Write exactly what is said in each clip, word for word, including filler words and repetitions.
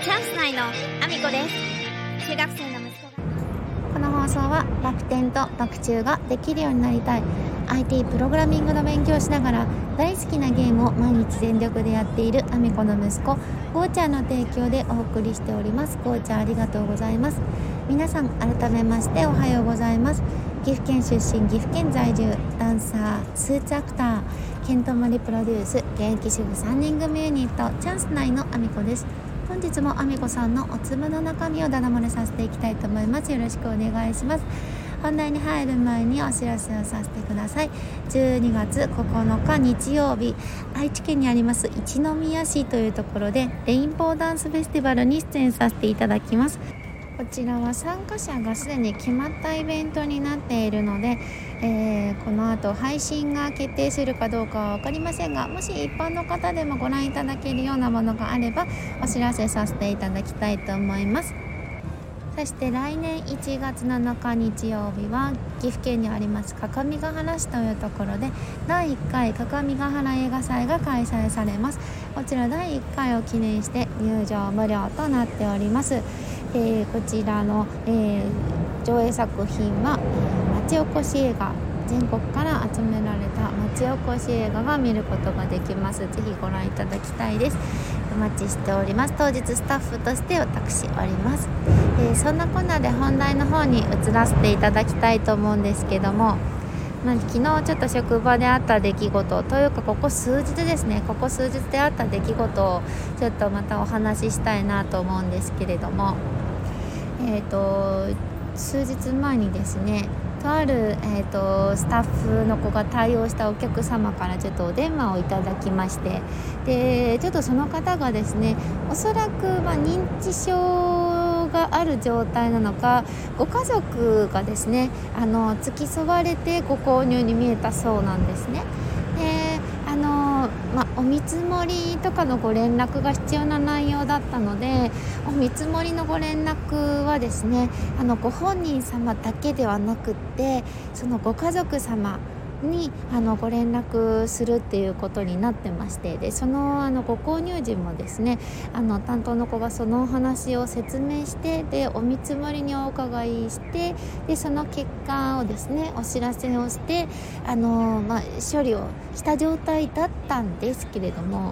チャンス内のアミコです。中学生の息子がこの放送はバク転とバク宙ができるようになりたい アイティー プログラミングの勉強をしながら大好きなゲームを毎日全力でやっているアミコの息子ゴーちゃんの提供でお送りしております。ゴーちゃんありがとうございます。皆さん改めましておはようございます。岐阜県出身、岐阜県在住、ダンサー、スーツアクター、ケントモリプロデュース、現役主婦さんにん組ユニットチャンス内のアミコです。本日もアミコさんのおつむの中身をダダ漏れさせていきたいと思います。よろしくお願いします。本題に入る前にお知らせをさせてください。じゅうにがつここのか日曜日、愛知県にあります一宮市というところでレインボーダンスフェスティバルに出演させていただきます。こちらは参加者がすでに決まったイベントになっているので、えー、この後配信が決定するかどうかは分かりませんが、もし一般の方でもご覧いただけるようなものがあればお知らせさせていただきたいと思います。そして来年いちがつなのか日曜日は岐阜県にあります各務原市というところでだいいっかい各務原映画祭が開催されます。こちらだいいっかいを記念して入場無料となっております。えー、こちらの、えー、上映作品は、えー、町おこし映画、全国から集められた町おこし映画が見ることができます。ぜひご覧いただきたいです。お待ちしております。当日スタッフとして私おります。えー、そんなこんなで本題の方に移らせていただきたいと思うんですけども、まあ、昨日ちょっと職場であった出来事というかここ数日ですねここ数日であった出来事をちょっとまたお話ししたいなと思うんですけれども、えーと数日前にですねとある、えーとスタッフの子が対応したお客様からちょっとお電話をいただきまして、でちょっとその方がですねおそらく、まあ、認知症がある状態なのかご家族がですねあの付き添われてご購入に見えたそうなんですね。であの、まあ、お見積もりとかのご連絡が必要な内容だったので、お見積もりのご連絡はですねあのご本人様だけではなくってそのご家族様にあのご連絡するっていうことになってまして、でそのあのご購入時もですねあの担当の子がそのお話を説明して、でお見積もりにお伺いして、でその結果をですねお知らせをしてあの、まあ、処理をした状態だったんですけれども、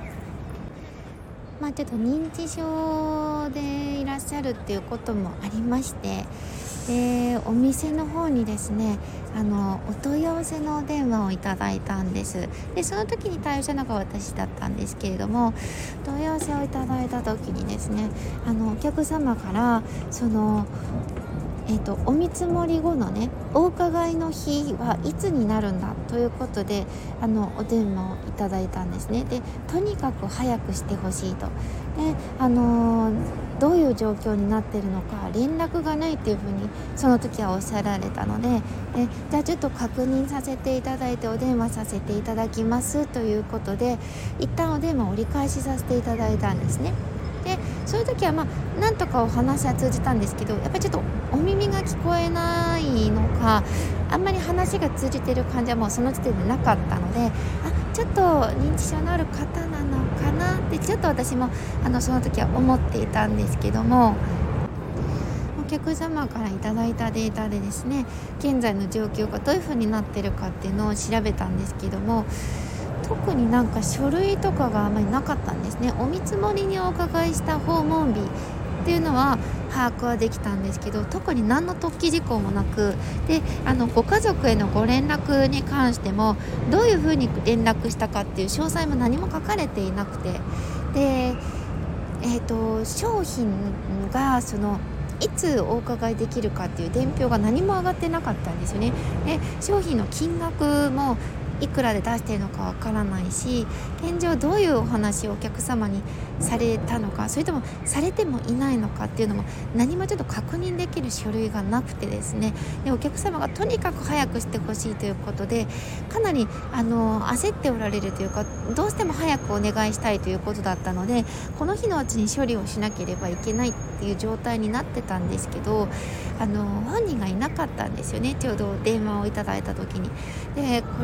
まあ、ちょっと認知症でいらっしゃるっていうこともありまして、でお店の方にですねあのお問い合わせのお電話をいただいたんです。でその時に対応したのが私だったんですけれども、問い合わせをいただいた時にですねあのお客様からそのえー、とお見積もり後のねお伺いの日はいつになるんだということであのお電話をいただいたんですね。でとにかく早くしてほしいと、で、あのー、どういう状況になっているのか連絡がないというふうにその時はおっしゃられたので、えじゃあちょっと確認させていただいてお電話させていただきますということで一旦お電話を折り返しさせていただいたんですね。でそういう時はまあなんとかお話は通じたんですけど、やっぱりちょっとお耳が聞こえないのかあんまり話が通じている感じはもうその時点でなかったので、あちょっと認知症のある方なのかなってちょっと私もあのその時は思っていたんですけども、お客様からいただいたデータでですね現在の状況がどういう風になっているかっていうのを調べたんですけども、特になんか書類とかがあまりなかったんですね。お見積もりにお伺いした訪問日っていうのは把握はできたんですけど、特に何の突起事項もなく、であのご家族へのご連絡に関してもどういうふうに連絡したかっていう詳細も何も書かれていなくて、で、えーと、商品がそのいつお伺いできるかっていう伝票が何も上がってなかったんですよね。で商品の金額もいくらで出しているのかわからないし、現状どういうお話をお客様にされたのか、それともされてもいないのかっていうのも何もちょっと確認できる書類がなくてですね、でお客様がとにかく早くしてほしいということでかなりあの焦っておられるというか、どうしても早くお願いしたいということだったのでこの日のうちに処理をしなければいけないっていう状態になってたんですけど、あの本人がいなかったんですよね。ちょうど電話をいただいた時に。でこれ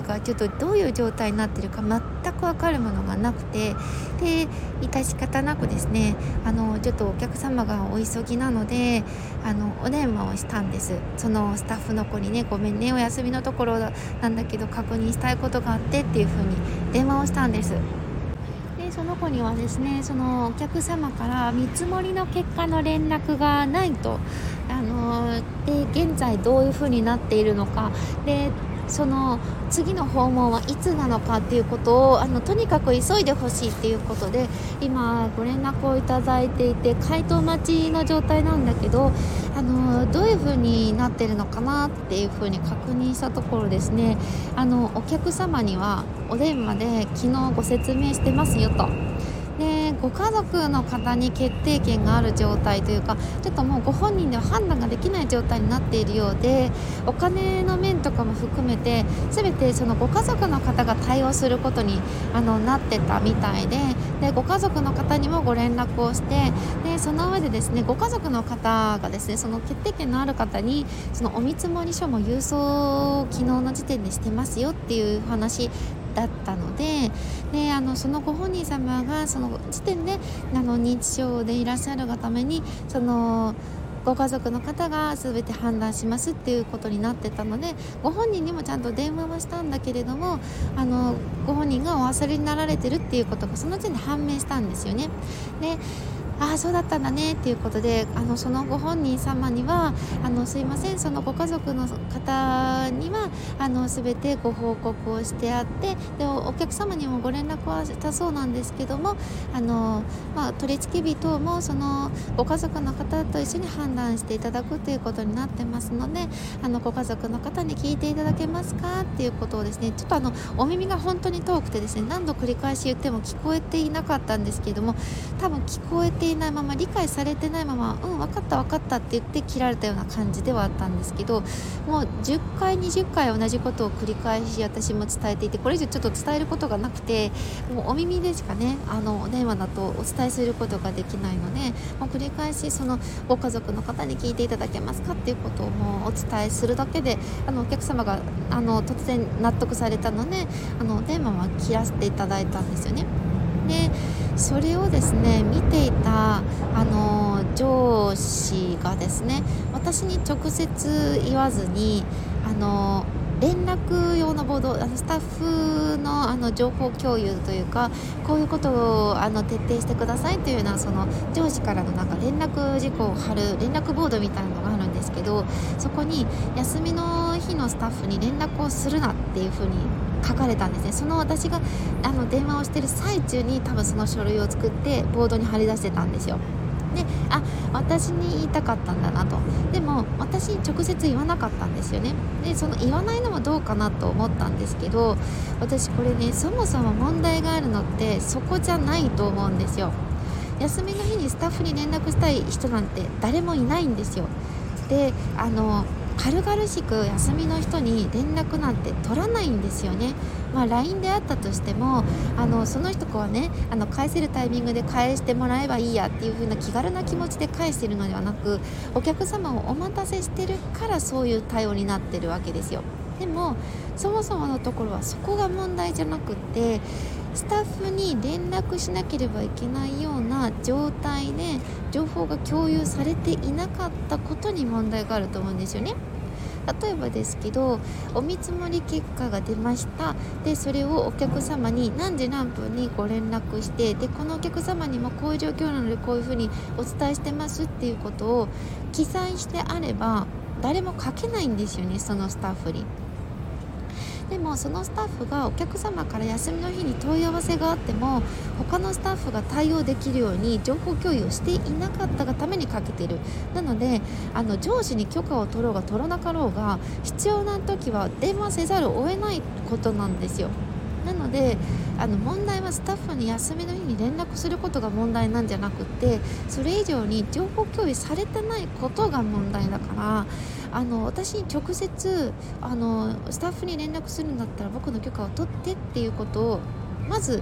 かちょっとどういう状態になってるか全く分かるものがなくて、で致し方なくですね、あのちょっとお客様がお急ぎなのであのお電話をしたんです。そのスタッフの子にね、ごめんね、お休みのところなんだけど確認したいことがあってっていう風に電話をしたんです。でその子にはですね、そのお客様から見積もりの結果の連絡がないと、あので現在どういう風になっているのかで、その次の訪問はいつなのかっていうことをあのとにかく急いでほしいっていうことで今ご連絡をいただいていて、回答待ちの状態なんだけど、あのどういう風になってるのかなっていう風に確認したところですね、あのお客様にはお電話で昨日ご説明してますよと。でご家族の方に決定権がある状態というか、ちょっともうご本人では判断ができない状態になっているようで、お金の面とかも含めて全てそのご家族の方が対応することにあのなってたみたいで、でご家族の方にもご連絡をして、でその上でですね、ご家族の方がですね、その決定権のある方にそのお見積書も郵送昨日の時点でしてますよっていう話だったので、であのそのご本人様がその時点であの認知症でいらっしゃるがために、そのご家族の方が全て判断しますっていうことになってたので、ご本人にもちゃんと電話はしたんだけれども、あのご本人がお忘れになられてるっていうことがその時点で判明したんですよね。でああそうだったんだねっていうことで、あのそのご本人様にはあのすいません、そのご家族の方にはあの全てご報告をしてあって、で お, お客様にもご連絡はしたそうなんですけども、あの、まあ、取付日等もそのご家族の方と一緒に判断していただくということになってますので、あのご家族の方に聞いていただけますかっていうことをですね、ちょっとあのお耳が本当に遠くてですね、何度繰り返し言っても聞こえていなかったんですけども、多分聞こえていないまま、理解されてないまま、うん分かった分かったって言って切られたような感じではあったんですけど、もうじゅっかいにじゅっかい同じことを繰り返し私も伝えていて、これ以上ちょっと伝えることがなくて、もうお耳でしかね、あのお電話だとお伝えすることができないので、もう繰り返しそのご家族の方に聞いていただけますかっていうことをもうお伝えするだけで、あのお客様があの突然納得されたので、あのお電話は切らせていただいたんですよね。でそれをですね見ていたあの上司がですね、私に直接言わずにあの連絡用のボード、あのスタッフの、あの情報共有というか、こういうことをあの徹底してくださいというような、その上司からのなんか連絡事項を貼る連絡ボードみたいなのがあるんですけど、そこに休みの日のスタッフに連絡をするなっていう風に書かれたんですね。その私があの電話をしている最中に多分その書類を作ってボードに貼り出してたんですよ。で、あ、私に言いたかったんだなと。でも私に直接言わなかったんですよね。でその言わないのもどうかなと思ったんですけど、私これね、そもそも問題があるのってそこじゃないと思うんですよ。休みの日にスタッフに連絡したい人なんて誰もいないんですよ。であの軽々しく休みの人に連絡なんて取らないんですよね。まあ、ライン であったとしても、あのその人はね、あの返せるタイミングで返してもらえばいいやっていう風な気軽な気持ちで返しているのではなく、お客様をお待たせしてるからそういう対応になってるわけですよ。でもそもそものところはそこが問題じゃなくって、スタッフに連絡しなければいけないような状態で情報が共有されていなかったことに問題があると思うんですよね。例えばですけど、お見積もり結果が出ました。でそれをお客様に何時何分にご連絡して、でこのお客様にもこういう状況なのでこういうふうにお伝えしてますっていうことを記載してあれば誰も書けないんですよね、そのスタッフに。でもそのスタッフがお客様から休みの日に問い合わせがあっても他のスタッフが対応できるように情報共有をしていなかったがためにかけている。なのであの上司に許可を取ろうが取らなかろうが必要な時は電話せざるを得ないことなんですよ。なのであの問題はスタッフに休みの日に連絡することが問題なんじゃなくて、それ以上に情報共有されてないことが問題だから、あの私に直接あのスタッフに連絡するんだったら僕の許可を取ってっていうことをまず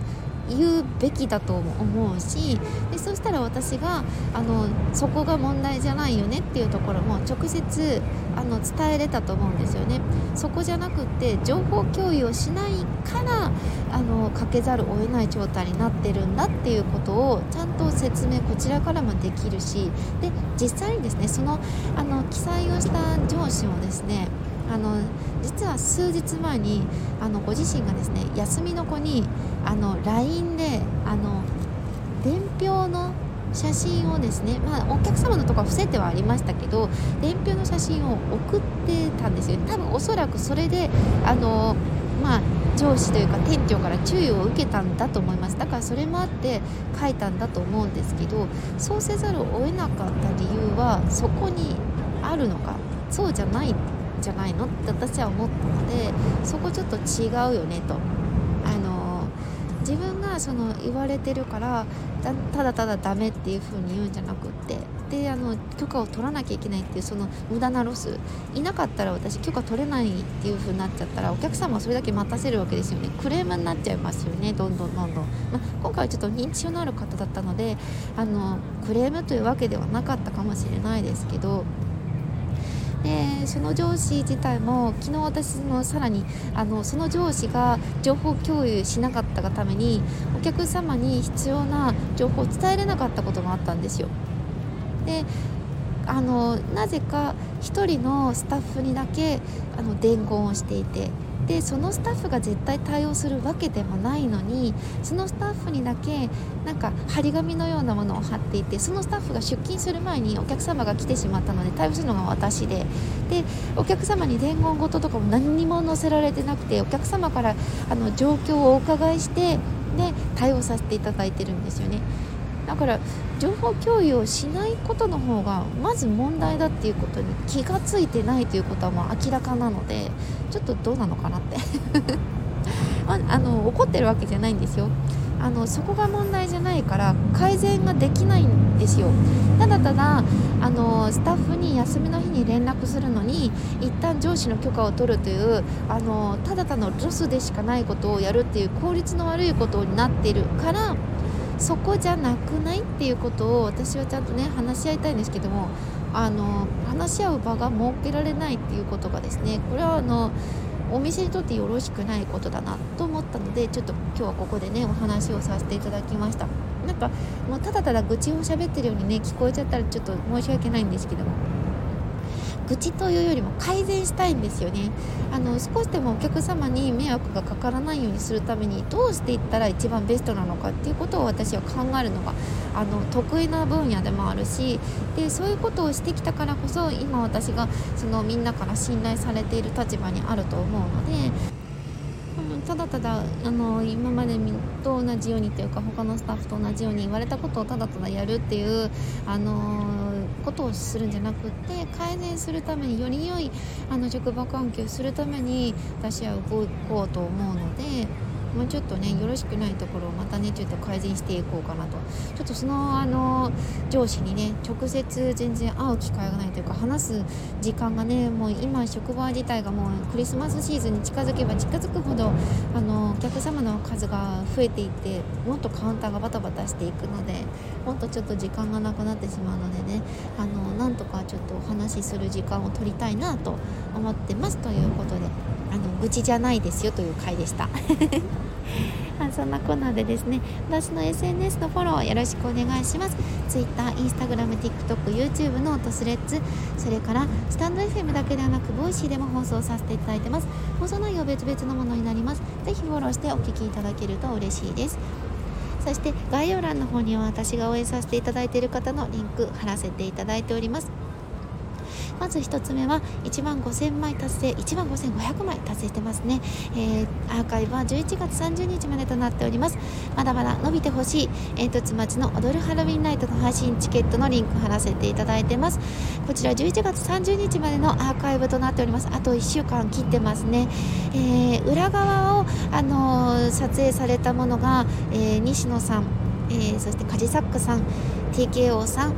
言うべきだと思うし、でそしたら私があのそこが問題じゃないよねっていうところも直接あの伝えれたと思うんですよね。そこじゃなくって情報共有をしないからあのかけざるを得ない状態になってるんだっていうことをちゃんと説明こちらからもできるし、で実際にですねそのあの記載をした上司もですねあの実は数日前にあのご自身がですね休みの子にあの ライン であの伝票の写真をですね、まあ、お客様のところは伏せてはありましたけど伝票の写真を送ってたんですよ。多分おそらくそれであの、まあ、上司というか店長から注意を受けたんだと思います。だからそれもあって書いたんだと思うんですけど、そうせざるを得なかった理由はそこにあるのかそうじゃないじゃないのって私は思ったので、そこちょっと違うよねと。あの自分がその言われてるからただただダメっていう風に言うんじゃなくって、であの許可を取らなきゃいけないっていうその無駄なロス、いなかったら私許可取れないっていう風になっちゃったらお客様はそれだけ待たせるわけですよね。クレームになっちゃいますよね、どんどんどんどん、まあ、今回はちょっと認知症のある方だったのであのクレームというわけではなかったかもしれないですけど、でその上司自体も昨日私のさらにあのその上司が情報共有しなかったがためにお客様に必要な情報を伝えれなかったこともあったんですよ。であのなぜか一人のスタッフにだけあの伝言をしていて、でそのスタッフが絶対対応するわけでもないのにそのスタッフにだけなんか張り紙のようなものを貼っていて、そのスタッフが出勤する前にお客様が来てしまったので対応するのが私で、でお客様に伝言事とかも何にも載せられてなくてお客様からあの状況をお伺いしてで対応させていただいてるんですよね。だから情報共有をしないことの方がまず問題だっていうことに気がついてないということはもう明らかなので、ちょっとどうなのかなってああの怒ってるわけじゃないんですよ。あのそこが問題じゃないから改善ができないんですよ。ただただあのスタッフに休みの日に連絡するのに一旦上司の許可を取るというあのただただのロスでしかないことをやるっていう効率の悪いことになっているから、そこじゃなくないっていうことを私はちゃんとね話し合いたいんですけども、あの話し合う場が設けられないっていうことがですね、これはあのお店にとってよろしくないことだなと思ったので、ちょっと今日はここでねお話をさせていただきました。なんかもうただただ愚痴を喋ってるようにね聞こえちゃったらちょっと申し訳ないんですけども、愚痴というよりも改善したいんですよね。あの少しでもお客様に迷惑がかからないようにするためにどうしていったら一番ベストなのかっていうことを私は考えるのがあの得意な分野でもあるし、でそういうことをしてきたからこそ今私がそのみんなから信頼されている立場にあると思うので、ただただあの今までと同じようにというか他のスタッフと同じように言われたことをただただやるっていうあのことをするんじゃなくって改善するためにより良いあの職場環境をするために私は動こうと思うので、もうちょっとねよろしくないところをまたねちょっと改善していこうかなと。ちょっとそのあの上司にね直接全然会う機会がないというか話す時間がねもう今職場自体がもうクリスマスシーズンに近づけば近づくほどあのお客様の数が増えていってもっとカウンターがバタバタしていくのでもっとちょっと時間がなくなってしまうのでね、あのなんとかちょっとお話しする時間を取りたいなと思ってますということで、あの愚痴じゃないですよという回でしたあそんなコーナーでですね、私の エスエヌエス のフォローよろしくお願いします。 Twitter、Instagram、TikTok、YouTube のトスレッズ、それからスタンド エフエム だけではなくボイシーでも放送させていただいてます。放送内容別々のものになります。ぜひフォローしてお聞きいただけると嬉しいです。そして概要欄の方には私が応援させていただいている方のリンク貼らせていただいております。まず一つ目はいちまんごせんまい達成、いちまんごせんごひゃくまい達成してますね、えー、アーカイブはじゅういちがつさんじゅうにちまでとなっております。まだまだ伸びてほしい煙突町の踊るハロウィンナイトの配信チケットのリンク貼らせていただいてます。こちらじゅういちがつさんじゅうにちまでのアーカイブとなっております。あといっしゅうかん切ってますね、えー、裏側を、あのー、撮影されたものが、えー、西野さん、えー、そしてカジサックさん、 ティーケーオー さん、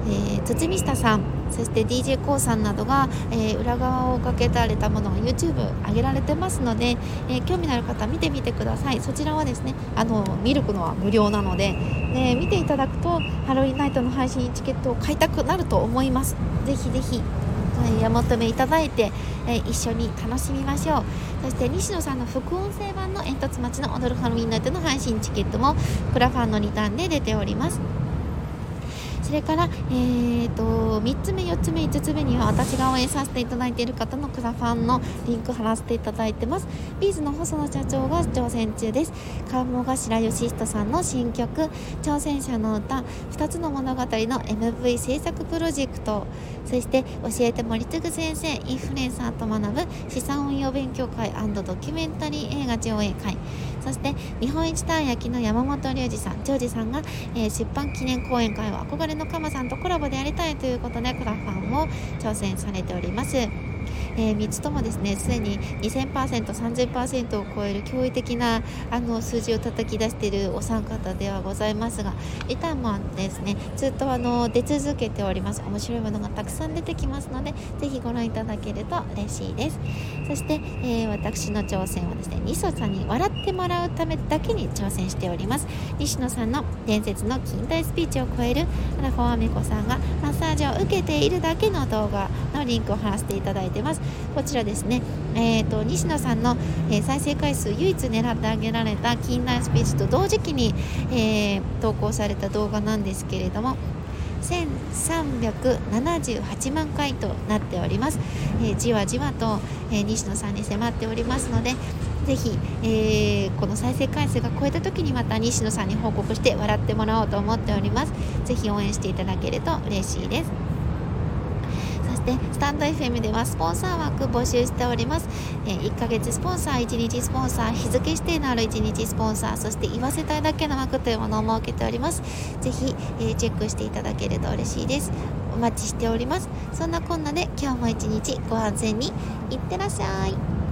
えー、堤下さん、そして ディージェー コウさんなどが、えー、裏側をかけられたものを YouTube 上げられてますので、えー、興味のある方見てみてください。そちらはですね、あの見るのは無料なので、ね、見ていただくとハロウィンナイトの配信チケットを買いたくなると思います。ぜひぜひお求めいただいて、えー、一緒に楽しみましょう。そして西野さんの副音声版の煙突町の踊るハロウィンナイトの配信チケットもクラファンのリターンで出ております。それから、えー、とみっつめよっつめいつつめには私が応援させていただいている方のクラファンのリンク貼らせていただいてます。ビーズの細野社長が挑戦中です。鴨頭義人さんの新曲挑戦者の歌ふたつの物語の エムブイ 制作プロジェクト、そして教えて森次先生インフルエンサーと学ぶ資産運用勉強会&ドキュメンタリー映画上映会、そして日本一たい焼きの山本龍二さん、ジョージさんが、えー、出版記念講演会を憧れのカマさんとコラボでやりたいということでクラファンを挑戦されております。えー、みっつともですね、すでに にせんパーセント、さんぜんパーセント を超える驚異的なあの数字を叩き出しているお三方ではございますが、リターンもですねずっとあの出続けております。面白いものがたくさん出てきますので、ぜひご覧いただけると嬉しいです。そして、えー、私の挑戦はですね、西野さんに笑ってもらうためだけに挑戦しております。西野さんの伝説の近代スピーチを超えるアラフォーアメコさんがマッサージを受けているだけの動画のリンクを貼らせていただいてます。こちらですね、えー、と西野さんの、えー、再生回数唯一狙ってあげられた近代スピーチと同時期に、えー、投稿された動画なんですけれども、せんさんびゃくななじゅうはちまんかいとなっております。えー、じわじわと、えー、西野さんに迫っておりますので、ぜひ、えー、この再生回数が超えた時にまた西野さんに報告して笑ってもらおうと思っております。ぜひ応援していただけると嬉しいです。そしてスタンド エフエム ではスポンサー枠募集しております。えー、いっかげつスポンサー、いちにちスポンサー、日付指定のあるいちにちスポンサー、そして言わせたいだけの枠というものを設けております。ぜひ、えー、チェックしていただけると嬉しいです。お待ちしております。そんなこんなで今日も一日ご安全にいってらっしゃい。